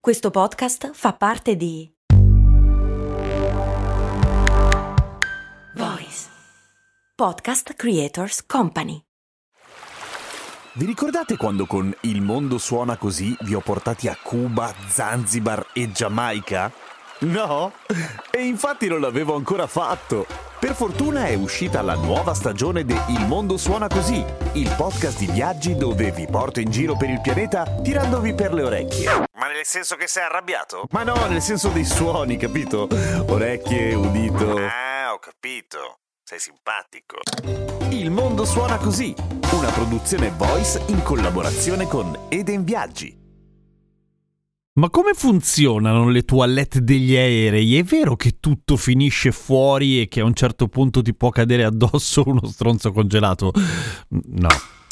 Questo podcast fa parte di Voice Podcast Creators Company. Vi ricordate quando con Il mondo suona così vi ho portati a Cuba, Zanzibar e Giamaica? No? E infatti non l'avevo ancora fatto. Per fortuna è uscita la nuova stagione di Il mondo suona così, il podcast di viaggi dove vi porto in giro per il pianeta tirandovi per le orecchie. Ma nel senso che sei arrabbiato? Ma no, nel senso dei suoni, capito? Orecchie, udito. Ah, ho capito. Sei simpatico. Il mondo suona così, una produzione Voice in collaborazione con Eden Viaggi. Ma come funzionano le toilette degli aerei? È vero che tutto finisce fuori e che a un certo punto ti può cadere addosso uno stronzo congelato? No.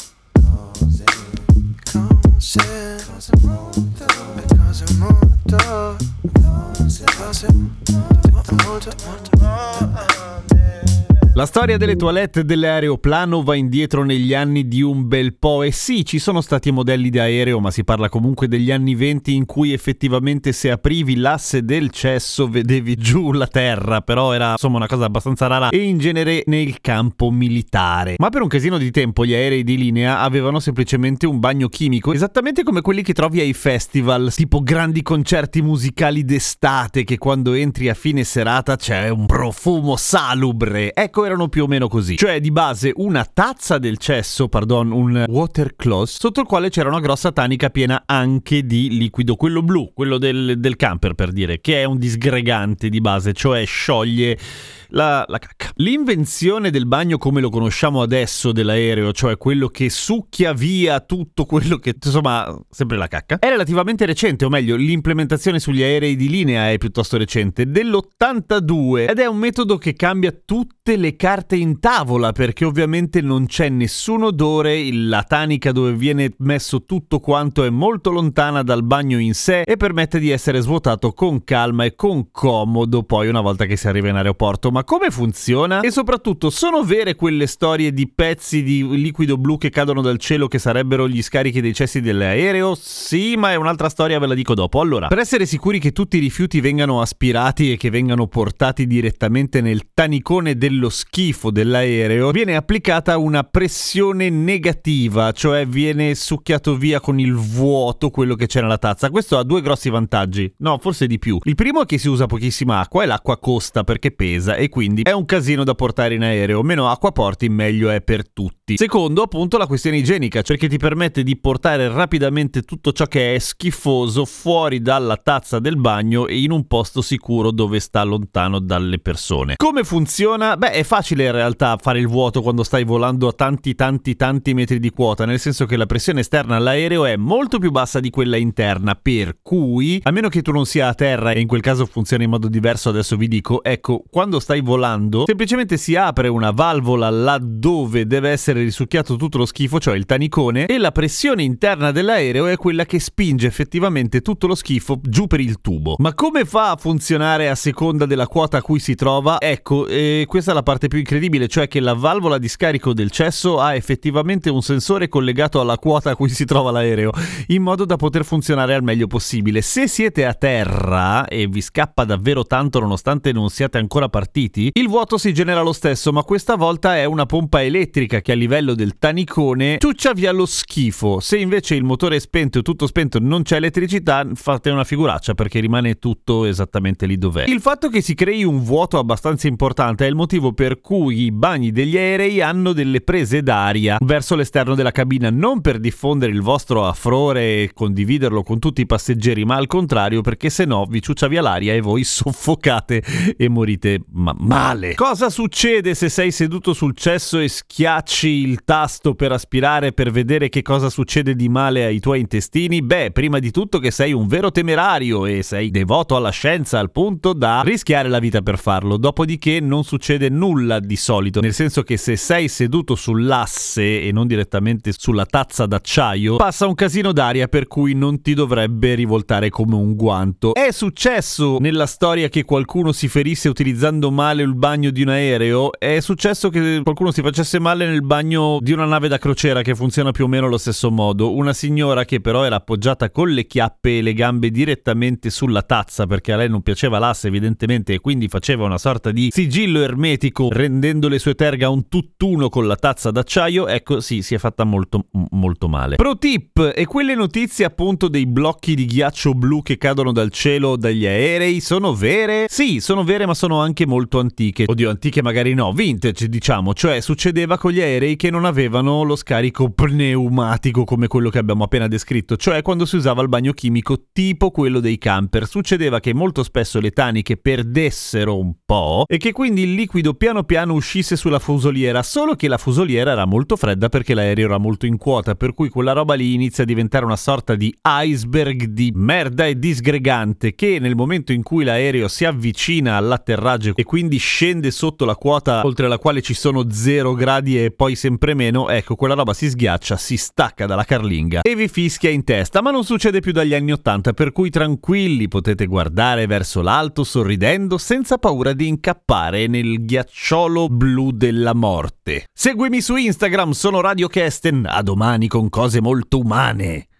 La storia delle toilette dell'aeroplano va indietro negli anni di un bel po', e sì, ci sono stati modelli di aereo, ma si parla comunque degli anni 20 in cui effettivamente se aprivi l'asse del cesso vedevi giù la terra, però era insomma una cosa abbastanza rara e in genere nel campo militare. Ma per un casino di tempo gli aerei di linea avevano semplicemente un bagno chimico, esattamente come quelli che trovi ai festival, tipo grandi concerti musicali d'estate che quando entri a fine serata c'è un profumo salubre. Ecco, erano più o meno così, cioè di base una tazza del cesso, un water closet, sotto il quale c'era una grossa tanica piena anche di liquido, quello blu, quello del camper per dire, che è un disgregante di base, cioè scioglie la cacca. L'invenzione del bagno come lo conosciamo adesso dell'aereo, cioè quello che succhia via tutto quello che, insomma, sempre la cacca, è relativamente recente, o meglio, l'implementazione sugli aerei di linea è piuttosto recente, dell'82, ed è un metodo che cambia tutte le carte in tavola, perché ovviamente non c'è nessun odore, la tanica dove viene messo tutto quanto è molto lontana dal bagno in sé e permette di essere svuotato con calma e con comodo poi una volta che si arriva in aeroporto. Ma come funziona? E soprattutto, sono vere quelle storie di pezzi di liquido blu che cadono dal cielo che sarebbero gli scarichi dei cessi dell'aereo? Sì, ma è un'altra storia, ve la dico dopo. Allora, per essere sicuri che tutti i rifiuti vengano aspirati e che vengano portati direttamente nel tanicone dello schifo dell'aereo, viene applicata una pressione negativa, cioè viene succhiato via con il vuoto quello che c'è nella tazza. Questo ha due grossi vantaggi, no, forse di più. Il primo è che si usa pochissima acqua e l'acqua costa perché pesa e quindi è un casino da portare in aereo. Meno acqua porti, meglio è per tutti. Secondo, appunto, la questione igienica, cioè che ti permette di portare rapidamente tutto ciò che è schifoso fuori dalla tazza del bagno e in un posto sicuro dove sta lontano dalle persone. Come funziona? Beh, è facile in realtà fare il vuoto quando stai volando a tanti metri di quota, nel senso che la pressione esterna all'aereo è molto più bassa di quella interna, per cui, a meno che tu non sia a terra, e in quel caso funziona in modo diverso, adesso vi dico, ecco, quando stai volando semplicemente si apre una valvola laddove deve essere risucchiato tutto lo schifo, cioè il tanicone, e la pressione interna dell'aereo è quella che spinge effettivamente tutto lo schifo giù per il tubo. Ma come fa a funzionare a seconda della quota a cui si trova? Ecco, questa è la parte più incredibile, cioè che la valvola di scarico del cesso ha effettivamente un sensore collegato alla quota a cui si trova l'aereo, in modo da poter funzionare al meglio possibile. Se siete a terra e vi scappa davvero tanto nonostante non siate ancora partiti, il vuoto si genera lo stesso, ma questa volta è una pompa elettrica che a livello del tanicone ciuccia via lo schifo. Se invece il motore è spento e tutto spento, non c'è elettricità, fate una figuraccia perché rimane tutto esattamente lì dov'è. Il fatto che si crei un vuoto abbastanza importante è il motivo per cui i bagni degli aerei hanno delle prese d'aria verso l'esterno della cabina, non per diffondere il vostro affrore e condividerlo con tutti i passeggeri, ma al contrario, perché se no vi ciuccia via l'aria e voi soffocate e morite male. Cosa succede se sei seduto sul cesso e schiacci il tasto per aspirare per vedere che cosa succede di male ai tuoi intestini? Beh, prima di tutto che sei un vero temerario e sei devoto alla scienza al punto da rischiare la vita per farlo, dopodiché non succede nulla nulla di solito, nel senso che se sei seduto sull'asse e non direttamente sulla tazza d'acciaio, passa un casino d'aria per cui non ti dovrebbe rivoltare come un guanto. È successo nella storia che qualcuno si ferisse utilizzando male il bagno di un aereo, è successo che qualcuno si facesse male nel bagno di una nave da crociera che funziona più o meno allo stesso modo. Una signora che però era appoggiata con le chiappe e le gambe direttamente sulla tazza, perché a lei non piaceva l'asse evidentemente, e quindi faceva una sorta di sigillo ermetico rendendo le sue terga un tutt'uno con la tazza d'acciaio. Ecco, sì, si è fatta molto molto male. Pro tip: e quelle notizie appunto dei blocchi di ghiaccio blu che cadono dal cielo dagli aerei sono vere? Sì, sono vere, ma sono anche molto antiche. Oddio, antiche magari no, vintage diciamo, cioè succedeva con gli aerei che non avevano lo scarico pneumatico come quello che abbiamo appena descritto, cioè quando si usava il bagno chimico tipo quello dei camper. Succedeva che molto spesso le taniche perdessero un po' e che quindi il liquido piano piano uscisse sulla fusoliera, solo che la fusoliera era molto fredda perché l'aereo era molto in quota, per cui quella roba lì inizia a diventare una sorta di iceberg di merda e disgregante che nel momento in cui l'aereo si avvicina all'atterraggio e quindi scende sotto la quota oltre la quale ci sono 0 gradi e poi sempre meno, ecco, quella roba si sghiaccia, si stacca dalla carlinga e vi fischia in testa. Ma non succede più dagli anni 80, per cui tranquilli, potete guardare verso l'alto sorridendo senza paura di incappare nel ghiacciolo blu della morte. Seguimi su Instagram, sono Radio Kesten, a domani con cose molto umane.